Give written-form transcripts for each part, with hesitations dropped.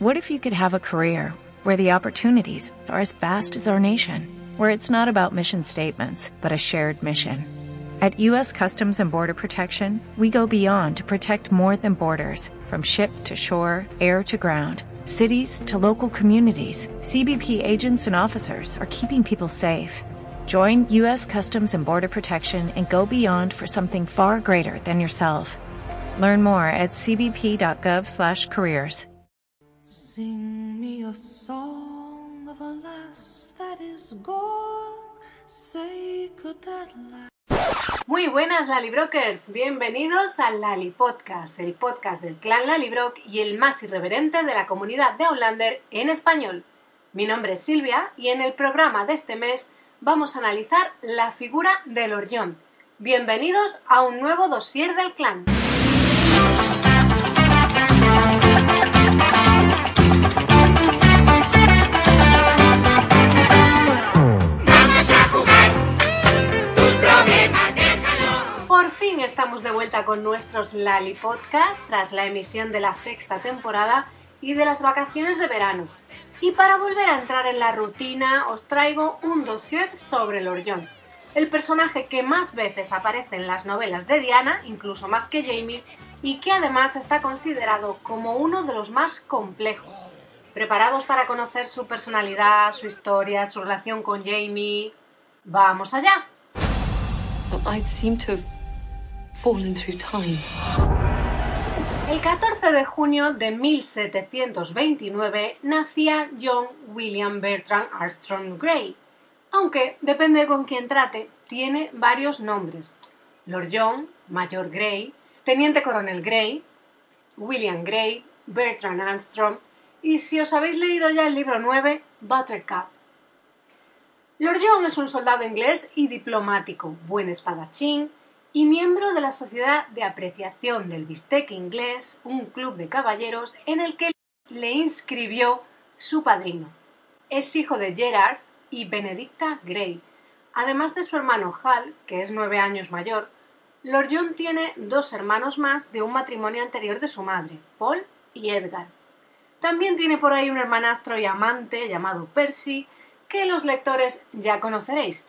What if you could have a career where the opportunities are as vast as our nation, where it's not about mission statements, but a shared mission? At U.S. Customs and Border Protection, we go beyond to protect more than borders, from ship to shore, air to ground, cities to local communities. CBP agents and officers are keeping people safe. Join U.S. Customs and Border Protection and go beyond for something far greater than yourself. Learn more at cbp.gov/careers. Sing me a song of a lass that is gone. Say could that last. Muy buenas Lalibrokers, bienvenidos al Lali Podcast, el podcast del clan Lalibrok y el más irreverente de la comunidad de Outlander en español. Mi nombre es Silvia y en el programa de este mes vamos a analizar la figura de Lord Jon. Bienvenidos a un nuevo dossier del clan. Por fin estamos de vuelta con nuestros Lali Podcast tras la emisión de la sexta temporada y de las vacaciones de verano. Y para volver a entrar en la rutina os traigo un dossier sobre Lord Jon, el personaje que más veces aparece en las novelas de Diana, incluso más que Jaime, y que además está considerado como uno de los más complejos. ¿Preparados para conocer su personalidad, su historia, su relación con Jaime? ¡Vamos allá! I seem to have fallen through time. El 14 de junio de 1729 nacía John William Bertrand Armstrong Grey, aunque, depende con quién trate, tiene varios nombres: Lord Jon, Mayor Grey, Teniente Coronel Grey, William Grey, Bertrand Armstrong y, si os habéis leído ya el libro 9, Buttercup. Lord Jon es un soldado inglés y diplomático, buen espadachín y miembro de la Sociedad de Apreciación del Bistec Inglés, un club de caballeros en el que le inscribió su padrino. Es hijo de Gerard y Benedicta Grey. Además de su hermano Hal, que es 9 años mayor, Lord Jon tiene 2 hermanos más de un matrimonio anterior de su madre, Paul y Edgar. También tiene por ahí un hermanastro y amante llamado Percy, que los lectores ya conoceréis.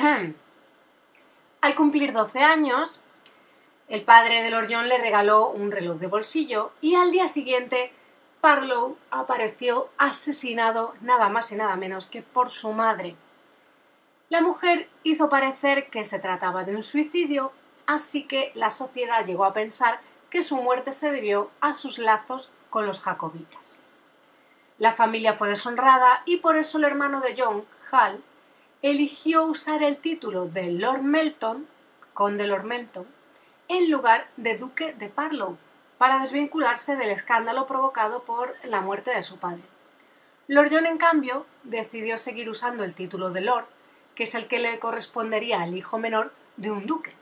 Al cumplir 12 años, el padre de Lord Jon le regaló un reloj de bolsillo y al día siguiente Parlow apareció asesinado nada más y nada menos que por su madre. La mujer hizo parecer que se trataba de un suicidio, así que la sociedad llegó a pensar que su muerte se debió a sus lazos con los jacobitas. La familia fue deshonrada y por eso el hermano de Jon, Hal, eligió usar el título de Lord Melton, conde Lord Melton, en lugar de duque de Parlow, para desvincularse del escándalo provocado por la muerte de su padre. Lord Jon, en cambio, decidió seguir usando el título de Lord, que es el que le correspondería al hijo menor de un duque.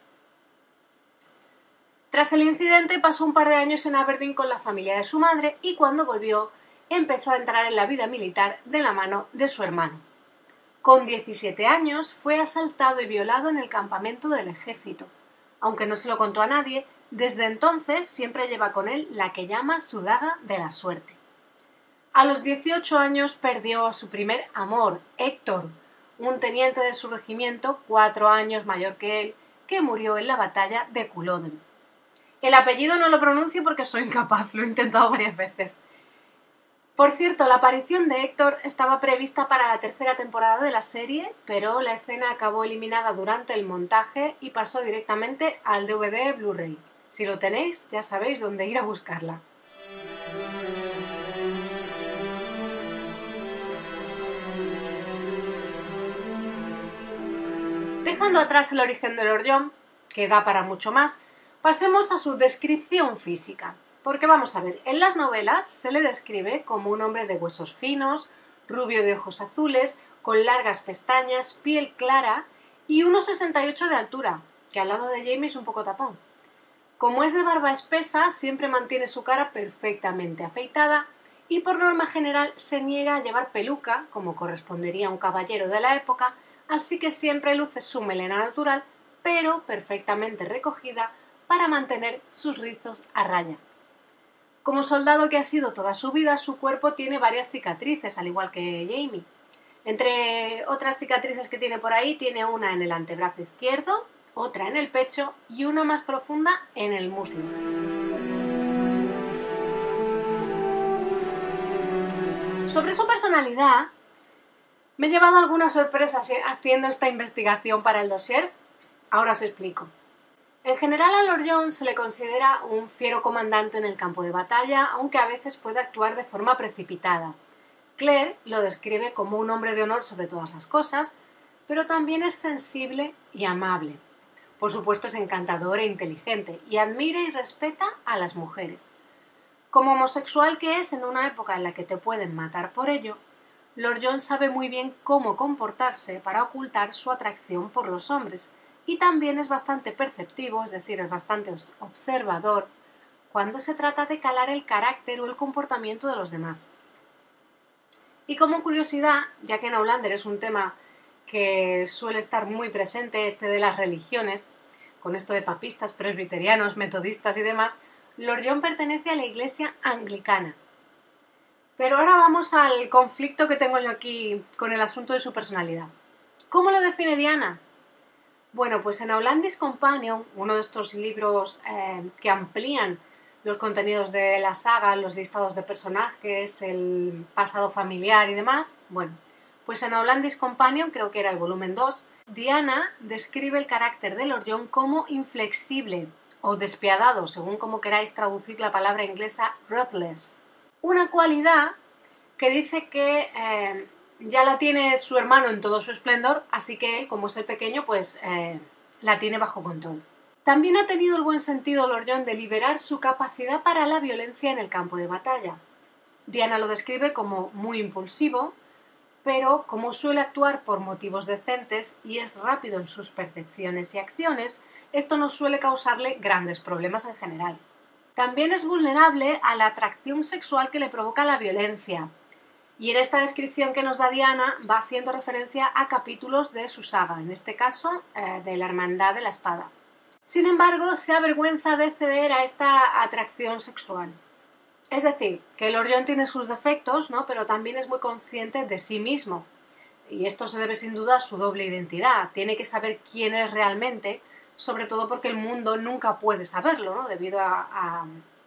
Tras el incidente pasó un par de años en Aberdeen con la familia de su madre y cuando volvió empezó a entrar en la vida militar de la mano de su hermano. Con 17 años fue asaltado y violado en el campamento del ejército. Aunque no se lo contó a nadie, desde entonces siempre lleva con él la que llama su daga de la suerte. A los 18 años perdió a su primer amor, Héctor, un teniente de su regimiento 4 años mayor que él, que murió en la batalla de Culloden. El apellido no lo pronuncio porque soy incapaz, lo he intentado varias veces. Por cierto, la aparición de Héctor estaba prevista para la tercera temporada de la serie, pero la escena acabó eliminada durante el montaje y pasó directamente al DVD Blu-ray. Si lo tenéis, ya sabéis dónde ir a buscarla. Dejando atrás el origen de Lord Jon, que da para mucho más, pasemos a su descripción física. Porque vamos a ver, en las novelas se le describe como un hombre de huesos finos, rubio de ojos azules, con largas pestañas, piel clara y 1,68 de altura, que al lado de Jaime es un poco tapón. Como es de barba espesa, siempre mantiene su cara perfectamente afeitada y por norma general se niega a llevar peluca, como correspondería a un caballero de la época, así que siempre luce su melena natural, pero perfectamente recogida para mantener sus rizos a raya. Como soldado que ha sido toda su vida, su cuerpo tiene varias cicatrices, al igual que Jaime. Entre otras cicatrices que tiene por ahí, tiene una en el antebrazo izquierdo, otra en el pecho y una más profunda en el muslo. Sobre su personalidad, me he llevado algunas sorpresas haciendo esta investigación para el dossier. Ahora os explico. En general a Lord John se le considera un fiero comandante en el campo de batalla, aunque a veces puede actuar de forma precipitada. Claire lo describe como un hombre de honor sobre todas las cosas, pero también es sensible y amable. Por supuesto es encantador e inteligente y admira y respeta a las mujeres. Como homosexual que es en una época en la que te pueden matar por ello, Lord John sabe muy bien cómo comportarse para ocultar su atracción por los hombres y también es bastante perceptivo, es decir, es bastante observador cuando se trata de calar el carácter o el comportamiento de los demás. Y como curiosidad, ya que en Outlander es un tema que suele estar muy presente, este de las religiones, con esto de papistas, presbiterianos, metodistas y demás, Lord John pertenece a la iglesia anglicana. Pero ahora vamos al conflicto que tengo yo aquí con el asunto de su personalidad. ¿Cómo lo define Diana? Bueno, pues en Outlandish Companion, uno de estos libros que amplían los contenidos de la saga, los listados de personajes, el pasado familiar y demás, bueno, pues en Outlandish Companion, creo que era el volumen 2, Diana describe el carácter de Lord John como inflexible o despiadado, según como queráis traducir la palabra inglesa ruthless. Una cualidad que dice que ya la tiene su hermano en todo su esplendor, así que él, como es el pequeño, pues la tiene bajo control. También ha tenido el buen sentido Lord John de liberar su capacidad para la violencia en el campo de batalla. Diana lo describe como muy impulsivo, pero como suele actuar por motivos decentes y es rápido en sus percepciones y acciones, esto no suele causarle grandes problemas en general. También es vulnerable a la atracción sexual que le provoca la violencia. Y en esta descripción que nos da Diana va haciendo referencia a capítulos de su saga, en este caso de la Hermandad de la Espada. Sin embargo, se avergüenza de ceder a esta atracción sexual. Es decir, que Lord John tiene sus defectos, ¿no? Pero también es muy consciente de sí mismo. Y esto se debe sin duda a su doble identidad. Tiene que saber quién es realmente, sobre todo porque el mundo nunca puede saberlo, ¿no? Debido a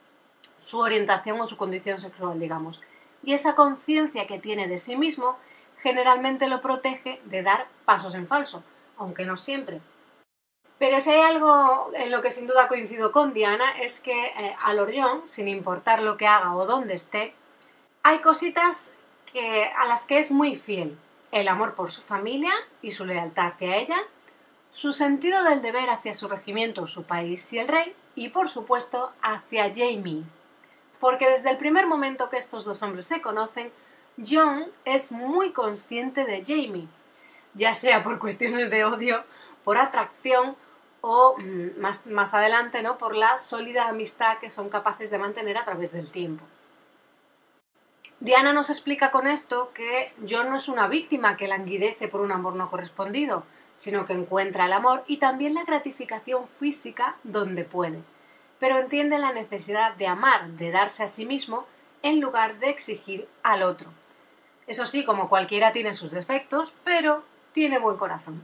su orientación o su condición sexual, digamos. Y esa conciencia que tiene de sí mismo generalmente lo protege de dar pasos en falso, aunque no siempre. Pero si hay algo en lo que sin duda coincido con Diana es que a Lord John, sin importar lo que haga o dónde esté, hay cositas a las que es muy fiel. El amor por su familia y su lealtad hacia ella, su sentido del deber hacia su regimiento, su país y el rey, y por supuesto hacia Jaime. Porque desde el primer momento que estos dos hombres se conocen, John es muy consciente de Jaime, ya sea por cuestiones de odio, por atracción o más adelante, ¿no?, por la sólida amistad que son capaces de mantener a través del tiempo. Diana nos explica con esto que John no es una víctima que languidece por un amor no correspondido, sino que encuentra el amor y también la gratificación física donde puede, pero entiende la necesidad de amar, de darse a sí mismo, en lugar de exigir al otro. Eso sí, como cualquiera tiene sus defectos, pero tiene buen corazón.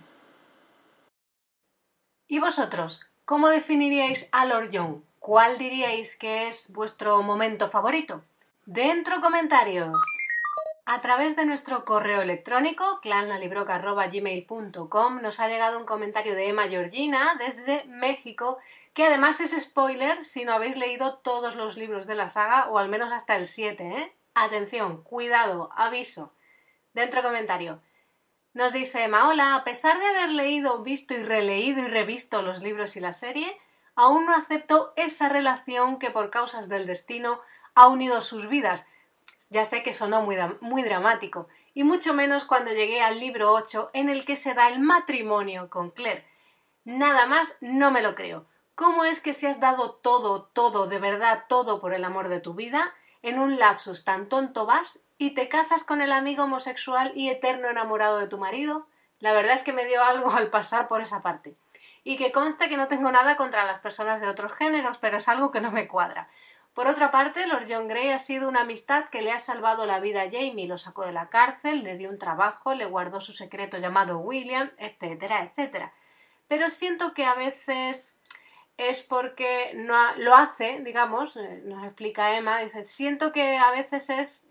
¿Y vosotros? ¿Cómo definiríais a Lord John? ¿Cuál diríais que es vuestro momento favorito? Dentro comentarios. A través de nuestro correo electrónico clanlalibroca@gmail.com nos ha llegado un comentario de Emma Georgina desde México, que además es spoiler si no habéis leído todos los libros de la saga, o al menos hasta el 7, ¿eh? Atención, cuidado, aviso. Dentro comentario. Nos dice Emma: hola, a pesar de haber leído, visto y releído y revisto los libros y la serie, aún no acepto esa relación que por causas del destino ha unido sus vidas. Ya sé que sonó muy dramático, y mucho menos cuando llegué al libro 8 en el que se da el matrimonio con Claire. Nada más no me lo creo. ¿Cómo es que si has dado todo, de verdad todo por el amor de tu vida, en un lapsus tan tonto vas y te casas con el amigo homosexual y eterno enamorado de tu marido? La verdad es que me dio algo al pasar por esa parte. Y que conste que no tengo nada contra las personas de otros géneros, pero es algo que no me cuadra. Por otra parte, Lord John Grey ha sido una amistad que le ha salvado la vida a Jamie, lo sacó de la cárcel, le dio un trabajo, le guardó su secreto llamado William, etcétera, etcétera. Pero siento que a veces es porque no lo hace, digamos, nos explica Emma, dice, siento que a veces es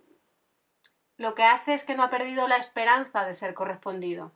lo que hace es que no ha perdido la esperanza de ser correspondido.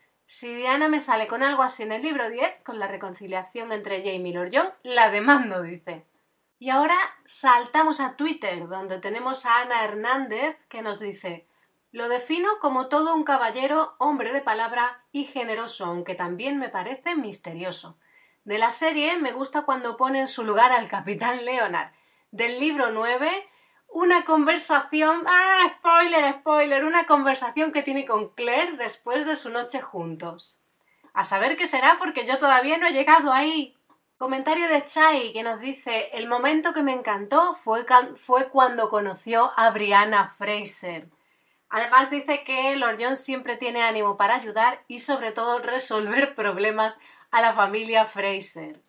Si Diana me sale con algo así en el libro 10, con la reconciliación entre Jamie y Lord John, la demando, dice. Y ahora saltamos a Twitter, donde tenemos a Ana Hernández, que nos dice: lo defino como todo un caballero, hombre de palabra y generoso, aunque también me parece misterioso. De la serie me gusta cuando pone en su lugar al Capitán Leonard. Del libro 9, una conversación... ¡Ah! ¡Spoiler! Una conversación que tiene con Claire después de su noche juntos. A saber qué será, porque yo todavía no he llegado ahí. Comentario de Chai, que nos dice: el momento que me encantó fue cuando conoció a Brianna Fraser. Además dice que Lord John siempre tiene ánimo para ayudar y sobre todo resolver problemas a la familia Fraser.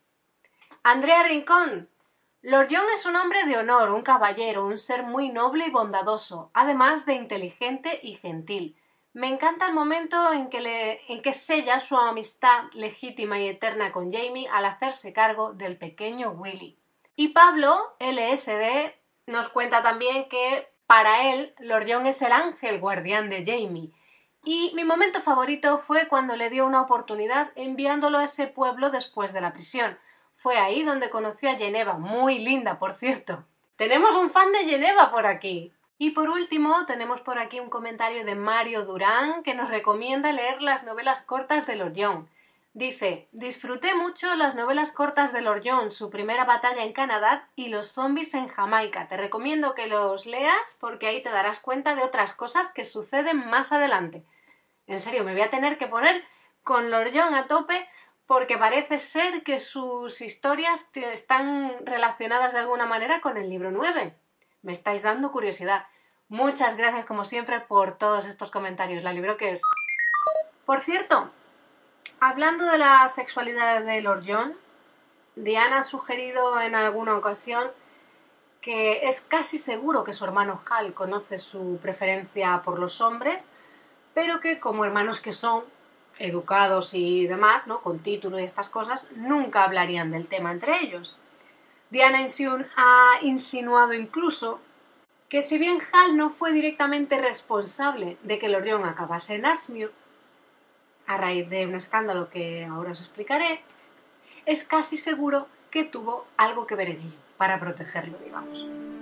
Andrea Rincón: Lord John es un hombre de honor, un caballero, un ser muy noble y bondadoso, además de inteligente y gentil. Me encanta el momento en que sella su amistad legítima y eterna con Jamie al hacerse cargo del pequeño Willy. Y Pablo, LSD, nos cuenta también que para él Lord John es el ángel guardián de Jamie. Y mi momento favorito fue cuando le dio una oportunidad enviándolo a ese pueblo después de la prisión. Fue ahí donde conoció a Geneva, muy linda, por cierto. Tenemos un fan de Geneva por aquí. Y por último, tenemos por aquí un comentario de Mario Durán, que nos recomienda leer las novelas cortas de Lord John. Dice: disfruté mucho las novelas cortas de Lord John, su primera batalla en Canadá y los zombies en Jamaica. Te recomiendo que los leas porque ahí te darás cuenta de otras cosas que suceden más adelante. En serio, me voy a tener que poner con Lord John a tope porque parece ser que sus historias están relacionadas de alguna manera con el libro 9. Me estáis dando curiosidad. Muchas gracias, como siempre, por todos estos comentarios. La Librockers. Por cierto, hablando de la sexualidad de Lord John, Diana ha sugerido en alguna ocasión que es casi seguro que su hermano Hal conoce su preferencia por los hombres, pero que como hermanos que son, educados y demás, ¿no?, con título y estas cosas, nunca hablarían del tema entre ellos. Diana ha insinuado incluso que si bien Hal no fue directamente responsable de que Lord John acabase en Ashmere, a raíz de un escándalo que ahora os explicaré, es casi seguro que tuvo algo que ver en ello, para protegerlo, digamos.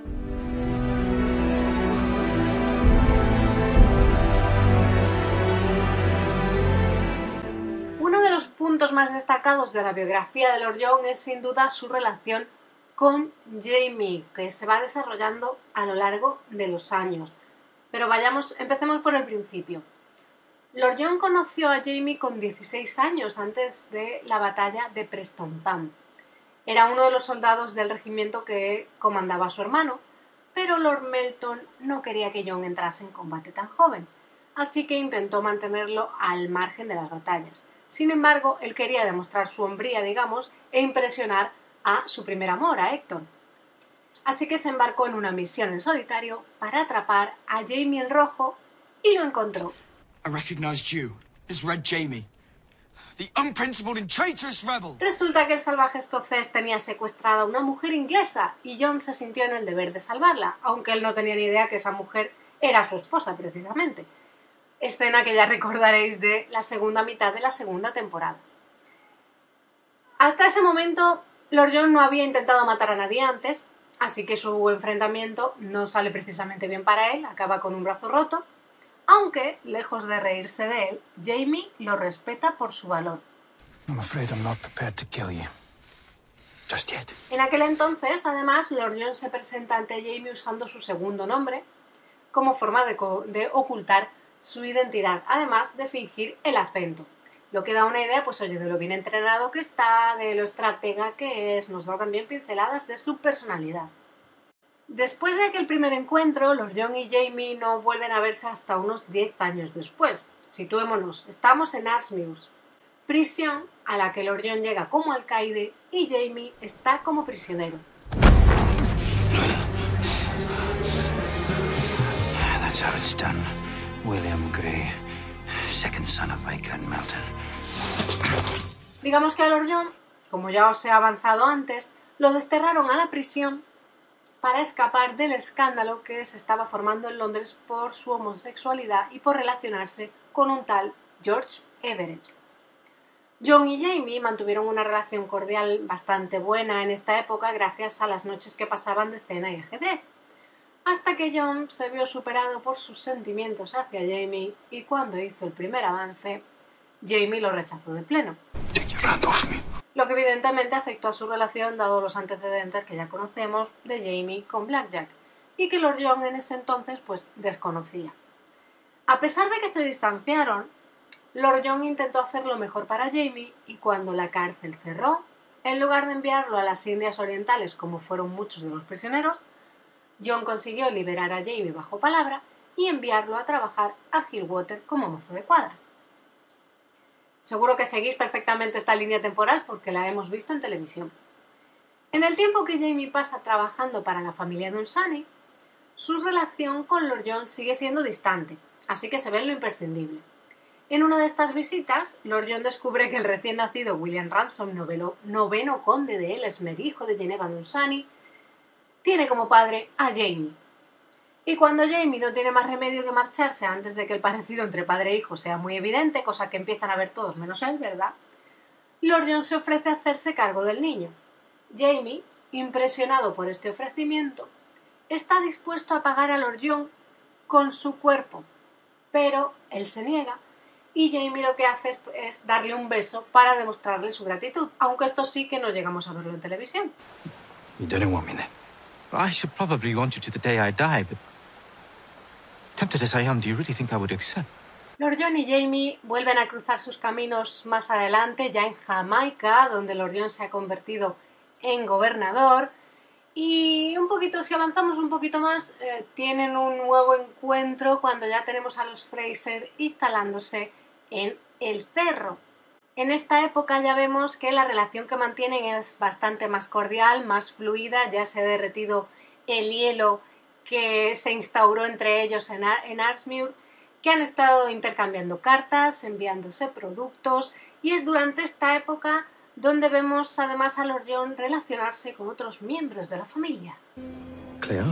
Uno de los puntos más destacados de la biografía de Lord John es sin duda su relación con Jamie, que se va desarrollando a lo largo de los años. Pero empecemos por el principio. Lord John conoció a Jamie con 16 años, antes de la batalla de Prestonpans. Era uno de los soldados del regimiento que comandaba su hermano, pero Lord Melton no quería que John entrase en combate tan joven, así que intentó mantenerlo al margen de las batallas. Sin embargo, él quería demostrar su hombría, digamos, e impresionar a su primer amor, a Héctor. Así que se embarcó en una misión en solitario para atrapar a Jamie el Rojo y lo encontró. I recognized you as Red Jamie, the unprincipled and traitorous rebel. Resulta que el salvaje escocés tenía secuestrada a una mujer inglesa y John se sintió en el deber de salvarla, aunque él no tenía ni idea que esa mujer era su esposa, precisamente. Escena que ya recordaréis de la segunda mitad de la segunda temporada. Hasta ese momento, Lord John no había intentado matar a nadie antes, así que su enfrentamiento no sale precisamente bien para él, acaba con un brazo roto, aunque, lejos de reírse de él, Jamie lo respeta por su valor. I'm afraid I'm not prepared to kill you. Just yet. En aquel entonces, además, Lord John se presenta ante Jamie usando su segundo nombre como forma de ocultar su identidad, además de fingir el acento. Lo que da una idea, pues oye, de lo bien entrenado que está, de lo estratega que es, nos da también pinceladas de su personalidad. Después de aquel primer encuentro, Lord John y Jamie no vuelven a verse hasta unos 10 años después. Situémonos, estamos en Ashmere, prisión a la que Lord John llega como alcaide y Jamie está como prisionero. how it's done. William Grey, second son of Baker and Melton. Digamos que a Lord John, como ya os he avanzado antes, lo desterraron a la prisión para escapar del escándalo que se estaba formando en Londres por su homosexualidad y por relacionarse con un tal George Everett. John y Jamie mantuvieron una relación cordial bastante buena en esta época gracias a las noches que pasaban de cena y ajedrez, hasta que John se vio superado por sus sentimientos hacia Jamie y cuando hizo el primer avance, Jamie lo rechazó de pleno. Lo que evidentemente afectó a su relación dado los antecedentes que ya conocemos de Jamie con Blackjack y que Lord John en ese entonces pues desconocía. A pesar de que se distanciaron, Lord John intentó hacer lo mejor para Jamie y cuando la cárcel cerró, en lugar de enviarlo a las Indias Orientales como fueron muchos de los prisioneros, John consiguió liberar a Jamie bajo palabra y enviarlo a trabajar a Hillwater como mozo de cuadra. Seguro que seguís perfectamente esta línea temporal porque la hemos visto en televisión. En el tiempo que Jamie pasa trabajando para la familia Dunsany, su relación con Lord John sigue siendo distante, así que se ve en lo imprescindible. En una de estas visitas, Lord John descubre que el recién nacido William Ransom, noveno conde de Ellesmere, hijo de Geneva Dunsany, tiene como padre a Jamie. Y cuando Jamie no tiene más remedio que marcharse antes de que el parecido entre padre e hijo sea muy evidente, cosa que empiezan a ver todos menos él, ¿verdad? Lord John se ofrece a hacerse cargo del niño. Jamie, impresionado por este ofrecimiento, está dispuesto a pagar a Lord John con su cuerpo, pero él se niega y Jamie lo que hace es darle un beso para demostrarle su gratitud, aunque esto sí que no llegamos a verlo en televisión. You don't want me then. I should probably want you to the day I die, but tempted as I am, do you really think I would accept? Lord John y Jamie vuelven a cruzar sus caminos más adelante, ya en Jamaica, donde Lord John se ha convertido en gobernador. Y un poquito, si avanzamos un poquito más, tienen un nuevo encuentro cuando ya tenemos a los Fraser instalándose en el cerro. En esta época ya vemos que la relación que mantienen es bastante más cordial, más fluida, ya se ha derretido el hielo que se instauró entre ellos en Arsmuir, que han estado intercambiando cartas, enviándose productos, y es durante esta época donde vemos además a Lord John relacionarse con otros miembros de la familia. Claire,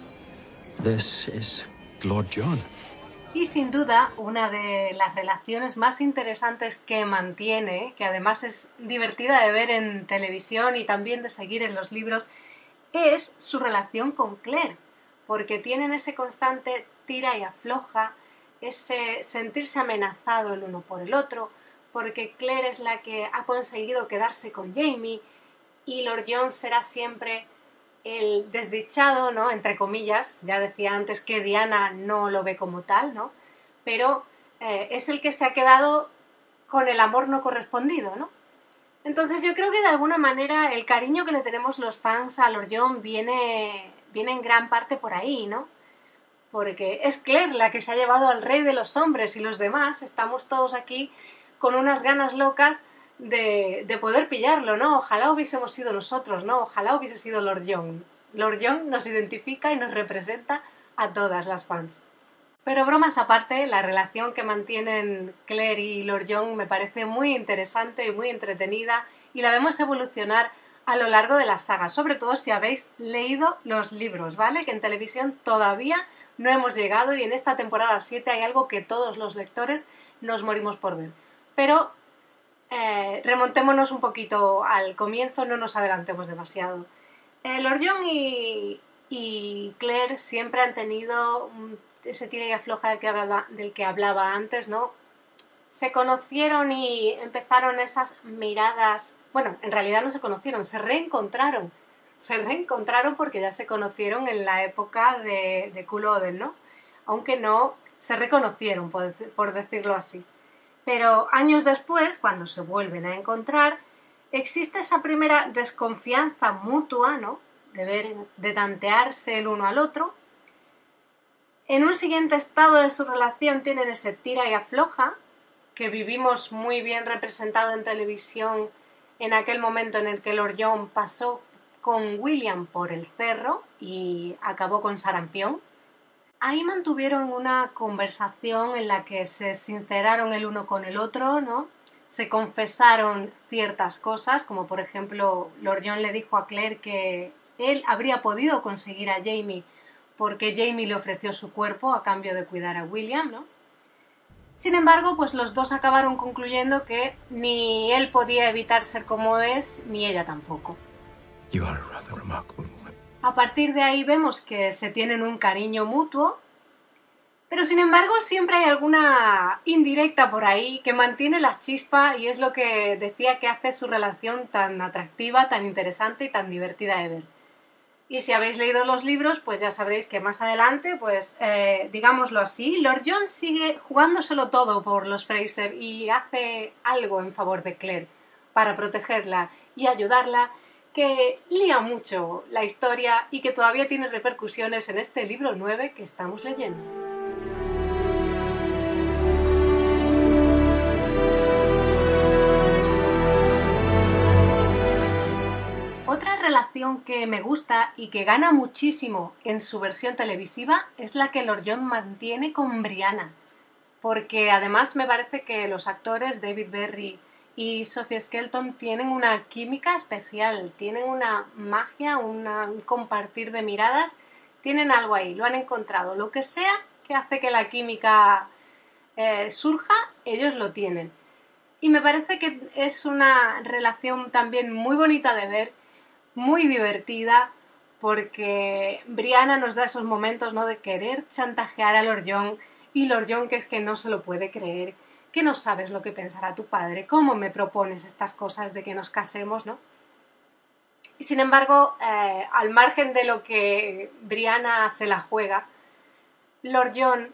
this is Lord John. Y sin duda, una de las relaciones más interesantes que mantiene, que además es divertida de ver en televisión y también de seguir en los libros, es su relación con Claire, porque tienen ese constante tira y afloja, ese sentirse amenazado el uno por el otro, porque Claire es la que ha conseguido quedarse con Jamie y Lord John será siempre el desdichado, ¿no? Entre comillas, ya decía antes que Diana no lo ve como tal, ¿no? Pero es el que se ha quedado con el amor no correspondido, ¿no? Entonces yo creo que de alguna manera el cariño que le tenemos los fans a Lord John viene en gran parte por ahí, ¿no? Porque es Claire la que se ha llevado al rey de los hombres y los demás estamos todos aquí con unas ganas locas de poder pillarlo, ¿no? Ojalá hubiésemos sido nosotros, ¿no? Ojalá hubiese sido Lord John. Lord John nos identifica y nos representa a todas las fans. Pero bromas aparte, la relación que mantienen Claire y Lord John me parece muy interesante y muy entretenida y la vemos evolucionar a lo largo de la saga, sobre todo si habéis leído los libros, ¿vale? Que en televisión todavía no hemos llegado y en esta temporada 7 hay algo que todos los lectores nos morimos por ver. Pero remontémonos un poquito al comienzo, no nos adelantemos demasiado. Lord John y Claire siempre han tenido ese tira y afloja del que hablaba antes, ¿no? Se conocieron y empezaron esas miradas. Bueno, en realidad no se conocieron, se reencontraron. Se reencontraron porque ya se conocieron en la época de Culloden, ¿no? Aunque no se reconocieron, por decirlo así. Pero años después, cuando se vuelven a encontrar, existe esa primera desconfianza mutua, ¿no? De tantearse el uno al otro. En un siguiente estado de su relación tienen ese tira y afloja, que vivimos muy bien representado en televisión en aquel momento en el que Lord John pasó con William por el cerro y acabó con sarampión. ahí mantuvieron una conversación en la que se sinceraron el uno con el otro, ¿no? Se confesaron ciertas cosas, como por ejemplo Lord John le dijo a Claire que él habría podido conseguir a Jamie porque Jamie le ofreció su cuerpo a cambio de cuidar a William, ¿no? Sin embargo, pues los dos acabaron concluyendo que ni él podía evitar ser como es, ni ella tampoco. You are a rather remarkable woman. A partir de ahí vemos que se tienen un cariño mutuo, pero sin embargo siempre hay alguna indirecta por ahí que mantiene la chispa y es lo que decía que hace su relación tan atractiva, tan interesante y tan divertida de ver. Y si habéis leído los libros, pues ya sabréis que más adelante, pues digámoslo así, Lord John sigue jugándoselo todo por los Fraser y hace algo en favor de Claire para protegerla y ayudarla, que lía mucho la historia y que todavía tiene repercusiones en este libro 9 que estamos leyendo. Otra relación que me gusta y que gana muchísimo en su versión televisiva es la que Lord John mantiene con Brianna, porque además me parece que los actores David Berry y Sophie Skelton tienen una química especial, tienen una magia, un compartir de miradas, tienen algo ahí, lo han encontrado. Lo que sea que hace que la química surja, ellos lo tienen. Y me parece que es una relación también muy bonita de ver, muy divertida, porque Brianna nos da esos momentos, ¿no?, de querer chantajear a Lord John, y Lord John que es que no se lo puede creer, que no sabes lo que pensará tu padre, cómo me propones estas cosas de que nos casemos, ¿no? Y sin embargo, al margen de lo que Brianna se la juega, Lord John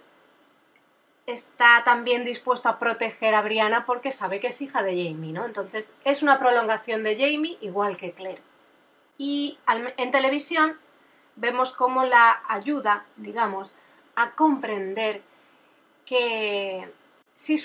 está también dispuesto a proteger a Brianna porque sabe que es hija de Jamie, ¿no? Entonces es una prolongación de Jamie igual que Claire. Y en televisión vemos cómo la ayuda, digamos, a comprender que si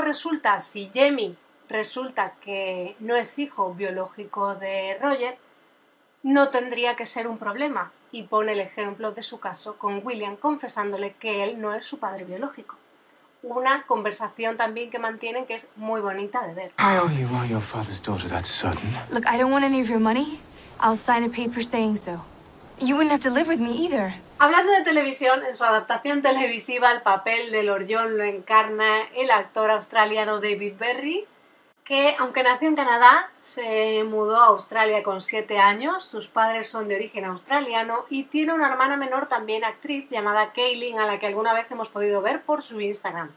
Jamie resulta que no es hijo biológico de Roger, no tendría que ser un problema. Y pone el ejemplo de su caso con William, confesándole que él no es su padre biológico. Una conversación también que mantienen que es muy bonita de ver. How you are your father's daughter that sudden? Look, I don't want any of your money. I'll sign a paper saying so. You wouldn't have to live with me either. Hablando de televisión, en su adaptación televisiva el papel de Lord John lo encarna el actor australiano David Berry, que aunque nació en Canadá, se mudó a Australia con 7 años, sus padres son de origen australiano y tiene una hermana menor también actriz llamada Kaylin, a la que alguna vez hemos podido ver por su Instagram.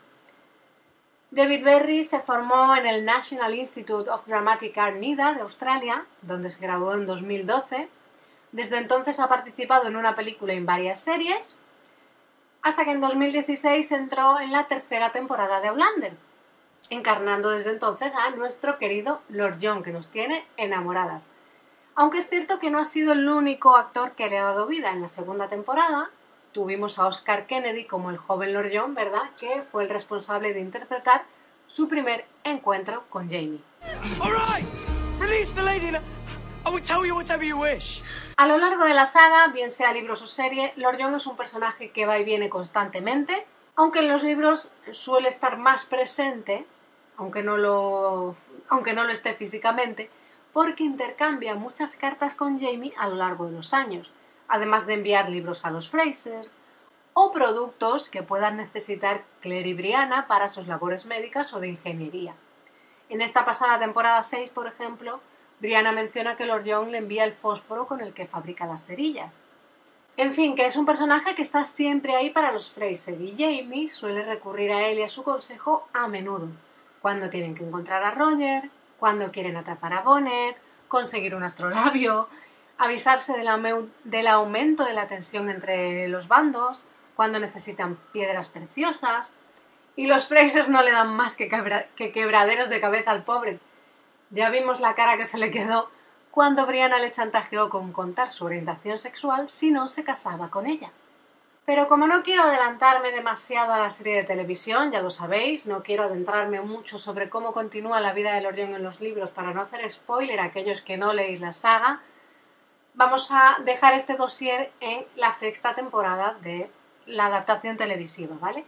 David Berry se formó en el National Institute of Dramatic Art NIDA de Australia, donde se graduó en 2012. Desde entonces ha participado en una película y en varias series, hasta que en 2016 entró en la 3ª temporada de Outlander, encarnando desde entonces a nuestro querido Lord John, que nos tiene enamoradas. Aunque es cierto que no ha sido el único actor que le ha dado vida. En la 2ª temporada tuvimos a Oscar Kennedy como el joven Lord John, ¿verdad?, que fue el responsable de interpretar su primer encuentro con Jamie. All right, release the lady and I will tell you whatever you wish. A lo largo de la saga, bien sea libros o serie, Lord John es un personaje que va y viene constantemente, aunque en los libros suele estar más presente, aunque no lo esté físicamente, porque intercambia muchas cartas con Jamie a lo largo de los años, además de enviar libros a los Fraser o productos que puedan necesitar Claire y Brianna para sus labores médicas o de ingeniería. En esta pasada temporada 6, por ejemplo, Brianna menciona que Lord John le envía el fósforo con el que fabrica las cerillas. En fin, que es un personaje que está siempre ahí para los Fraser y Jamie suele recurrir a él y a su consejo a menudo, cuando tienen que encontrar a Roger, cuando quieren atrapar a Bonnet, conseguir un astrolabio, avisarse del aumento de la tensión entre los bandos, cuando necesitan piedras preciosas, y los Frasers no le dan más que quebraderos de cabeza al pobre. Ya vimos la cara que se le quedó cuando Brianna le chantajeó con contar su orientación sexual si no se casaba con ella. Pero como no quiero adelantarme demasiado a la serie de televisión, ya lo sabéis, no quiero adentrarme mucho sobre cómo continúa la vida de Lord John en los libros para no hacer spoiler a aquellos que no leéis la saga, vamos a dejar este dossier en la 6ª temporada de la adaptación televisiva, ¿vale?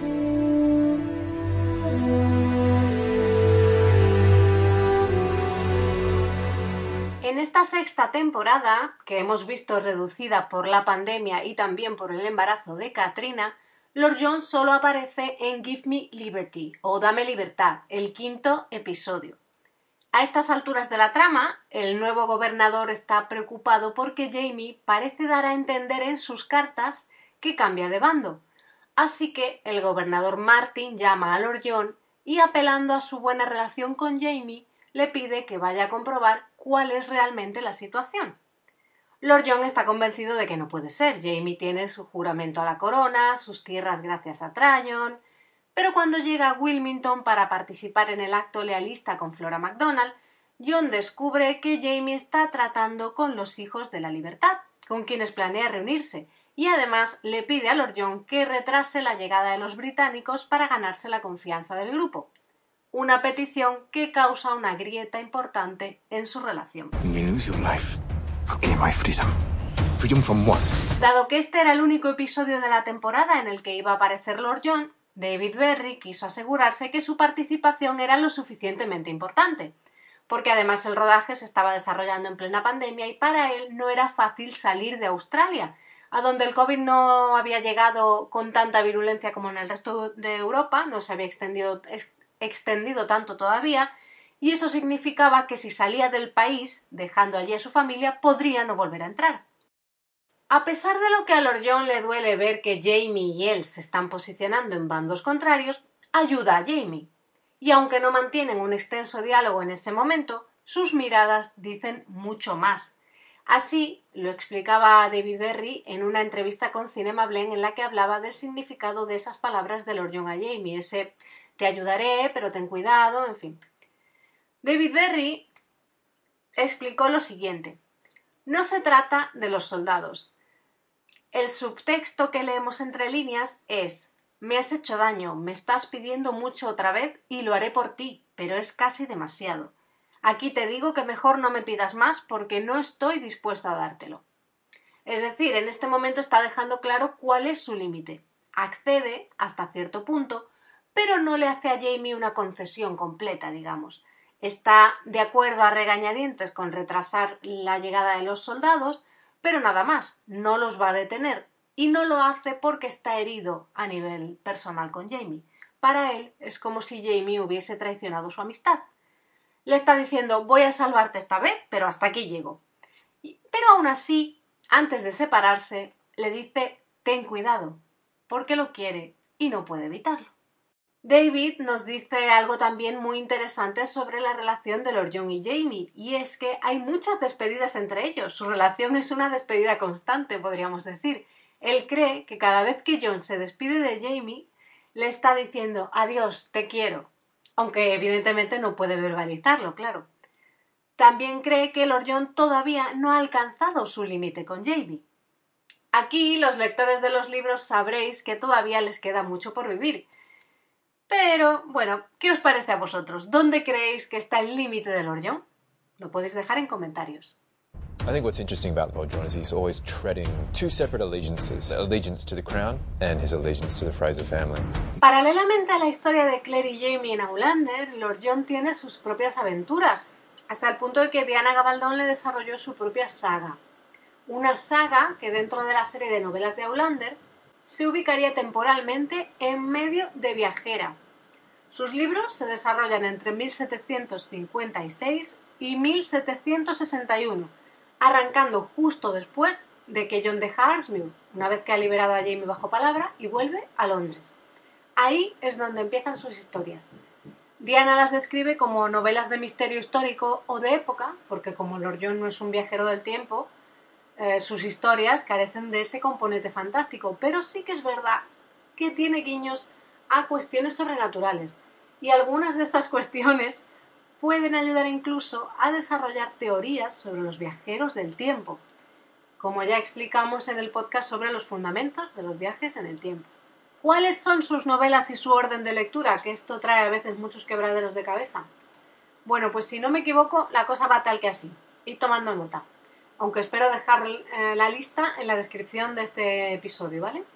En esta sexta temporada, que hemos visto reducida por la pandemia y también por el embarazo de Katrina, Lord John solo aparece en Give Me Liberty, o Dame Libertad, el quinto episodio. A estas alturas de la trama, el nuevo gobernador está preocupado porque Jaime parece dar a entender en sus cartas que cambia de bando. Así que el gobernador Martin llama a Lord John y, apelando a su buena relación con Jaime, le pide que vaya a comprobar cuál es realmente la situación. Lord John está convencido de que no puede ser. Jaime tiene su juramento a la corona, sus tierras gracias a Tryon, pero cuando llega a Wilmington para participar en el acto lealista con Flora MacDonald, John descubre que Jaime está tratando con los Hijos de la Libertad, con quienes planea reunirse, y además le pide a Lord John que retrase la llegada de los británicos para ganarse la confianza del grupo. Una petición que causa una grieta importante en su relación. Dado que este era el único episodio de la temporada en el que iba a aparecer Lord John, David Berry quiso asegurarse que su participación era lo suficientemente importante, porque además el rodaje se estaba desarrollando en plena pandemia y para él no era fácil salir de Australia, a donde el COVID no había llegado con tanta virulencia como en el resto de Europa, no se había extendido tanto todavía, y eso significaba que si salía del país, dejando allí a su familia, podría no volver a entrar. A pesar de lo que a Lord John le duele ver que Jaime y él se están posicionando en bandos contrarios, ayuda a Jaime. Y aunque no mantienen un extenso diálogo en ese momento, sus miradas dicen mucho más. Así lo explicaba David Berry en una entrevista con Cinema Blend en la que hablaba del significado de esas palabras de Lord John a Jaime, ese te ayudaré, pero ten cuidado, en fin. David Berry explicó lo siguiente: no se trata de los soldados. El subtexto que leemos entre líneas es: me has hecho daño, me estás pidiendo mucho otra vez y lo haré por ti, pero es casi demasiado. Aquí te digo que mejor no me pidas más porque no estoy dispuesto a dártelo. Es decir, en este momento está dejando claro cuál es su límite. Accede hasta cierto punto, pero no le hace a Jaime una concesión completa, digamos. Está de acuerdo a regañadientes con retrasar la llegada de los soldados, pero nada más, no los va a detener, y no lo hace porque está herido a nivel personal con Jaime. Para él es como si Jaime hubiese traicionado su amistad. Le está diciendo: voy a salvarte esta vez, pero hasta aquí llego. Pero aún así, antes de separarse, le dice: ten cuidado, porque lo quiere y no puede evitarlo. David nos dice algo también muy interesante sobre la relación de Lord John y Jaime, y es que hay muchas despedidas entre ellos. Su relación es una despedida constante, podríamos decir. Él cree que cada vez que John se despide de Jaime, le está diciendo: adiós, te quiero, aunque evidentemente no puede verbalizarlo, claro. También cree que Lord John todavía no ha alcanzado su límite con Jaime. Aquí los lectores de los libros sabréis que todavía les queda mucho por vivir. Pero, bueno, ¿qué os parece a vosotros? ¿Dónde creéis que está el límite de Lord John? Lo podéis dejar en comentarios. I think what's interesting about Lord John is he's always treading two separate allegiances, allegiance to the crown and his allegiance to the Fraser family. Paralelamente a la historia de Claire y Jaime en Outlander, Lord John tiene sus propias aventuras, hasta el punto de que Diana Gabaldon le desarrolló su propia saga. Una saga que dentro de la serie de novelas de Outlander se ubicaría temporalmente en medio de Viajera. Sus libros se desarrollan entre 1756 y 1761, arrancando justo después de que John deja Ardsmuir, una vez que ha liberado a Jaime bajo palabra, y vuelve a Londres. Ahí es donde empiezan sus historias. Diana las describe como novelas de misterio histórico o de época, porque como Lord John no es un viajero del tiempo, sus historias carecen de ese componente fantástico, pero sí que es verdad que tiene guiños a cuestiones sobrenaturales, y algunas de estas cuestiones pueden ayudar incluso a desarrollar teorías sobre los viajeros del tiempo, como ya explicamos en el podcast sobre los fundamentos de los viajes en el tiempo. ¿Cuáles son sus novelas y su orden de lectura? Que esto trae a veces muchos quebraderos de cabeza. Bueno, pues si no me equivoco, la cosa va tal que así. Id tomando nota. Aunque espero dejar la lista en la descripción de este episodio, ¿vale?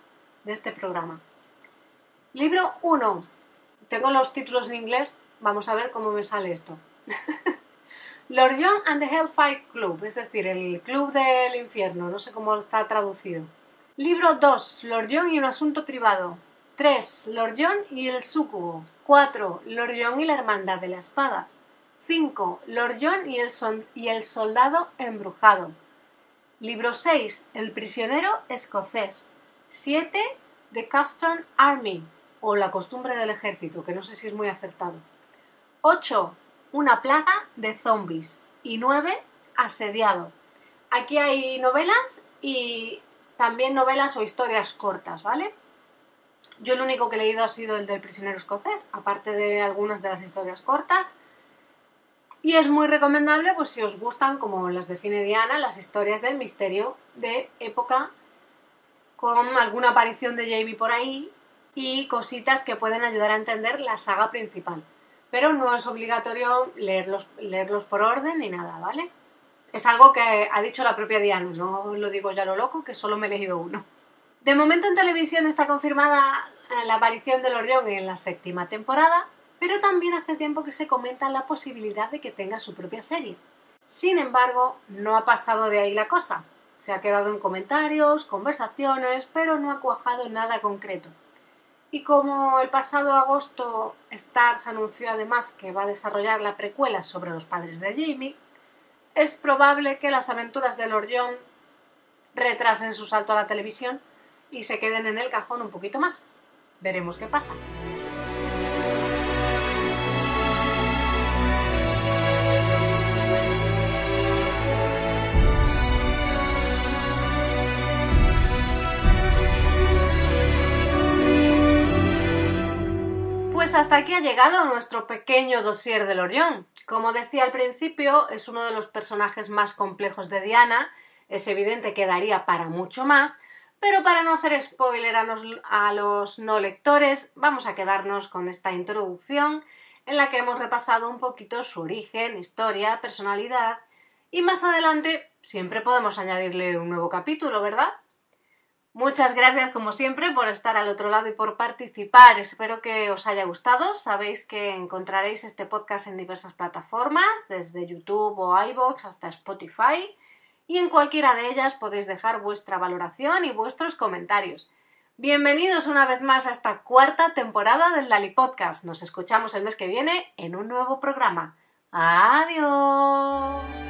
de este programa. Libro 1. Tengo los títulos en inglés, vamos a ver cómo me sale esto. Lord John and the Hellfire Club, es decir, el Club del Infierno, no sé cómo está traducido. Libro 2. Lord John y un asunto privado. 3. Lord John y el súcubo. 4. Lord John y la hermandad de la espada. 5. Lord John y el soldado embrujado. Libro 6. El prisionero escocés. 7. The Custom Army, o la costumbre del ejército, que no sé si es muy acertado. 8. Una plaga de zombies. Y 9. Asediado. Aquí hay novelas y también novelas o historias cortas, ¿vale? Yo el único que he leído ha sido el del prisionero escocés, aparte de algunas de las historias cortas. Y es muy recomendable, pues si os gustan, como las define Diana, las historias de misterio de época, con alguna aparición de Jamie por ahí y cositas que pueden ayudar a entender la saga principal. Pero no es obligatorio leerlos por orden ni nada, ¿vale? Es algo que ha dicho la propia Diana, no lo digo ya a lo loco, que solo me he leído uno. De momento en televisión está confirmada la aparición de Lord John en la 7ª temporada, pero también hace tiempo que se comenta la posibilidad de que tenga su propia serie. Sin embargo, no ha pasado de ahí la cosa. Se ha quedado en comentarios, conversaciones, pero no ha cuajado nada concreto. Y como el pasado agosto Starz anunció además que va a desarrollar la precuela sobre los padres de Jamie, es probable que las aventuras de Lord John retrasen su salto a la televisión y se queden en el cajón un poquito más. Veremos qué pasa. Pues hasta aquí ha llegado nuestro pequeño dossier de Lord John. Como decía al principio, es uno de los personajes más complejos de Diana. Es evidente que daría para mucho más, pero para no hacer spoiler a los no lectores, vamos a quedarnos con esta introducción en la que hemos repasado un poquito su origen, historia, personalidad, y más adelante siempre podemos añadirle un nuevo capítulo, ¿verdad? Muchas gracias, como siempre, por estar al otro lado y por participar. Espero que os haya gustado. Sabéis que encontraréis este podcast en diversas plataformas, desde YouTube o iVoox hasta Spotify, y en cualquiera de ellas podéis dejar vuestra valoración y vuestros comentarios. Bienvenidos una vez más a esta 4ª temporada del Lali Podcast. Nos escuchamos el mes que viene en un nuevo programa. ¡Adiós!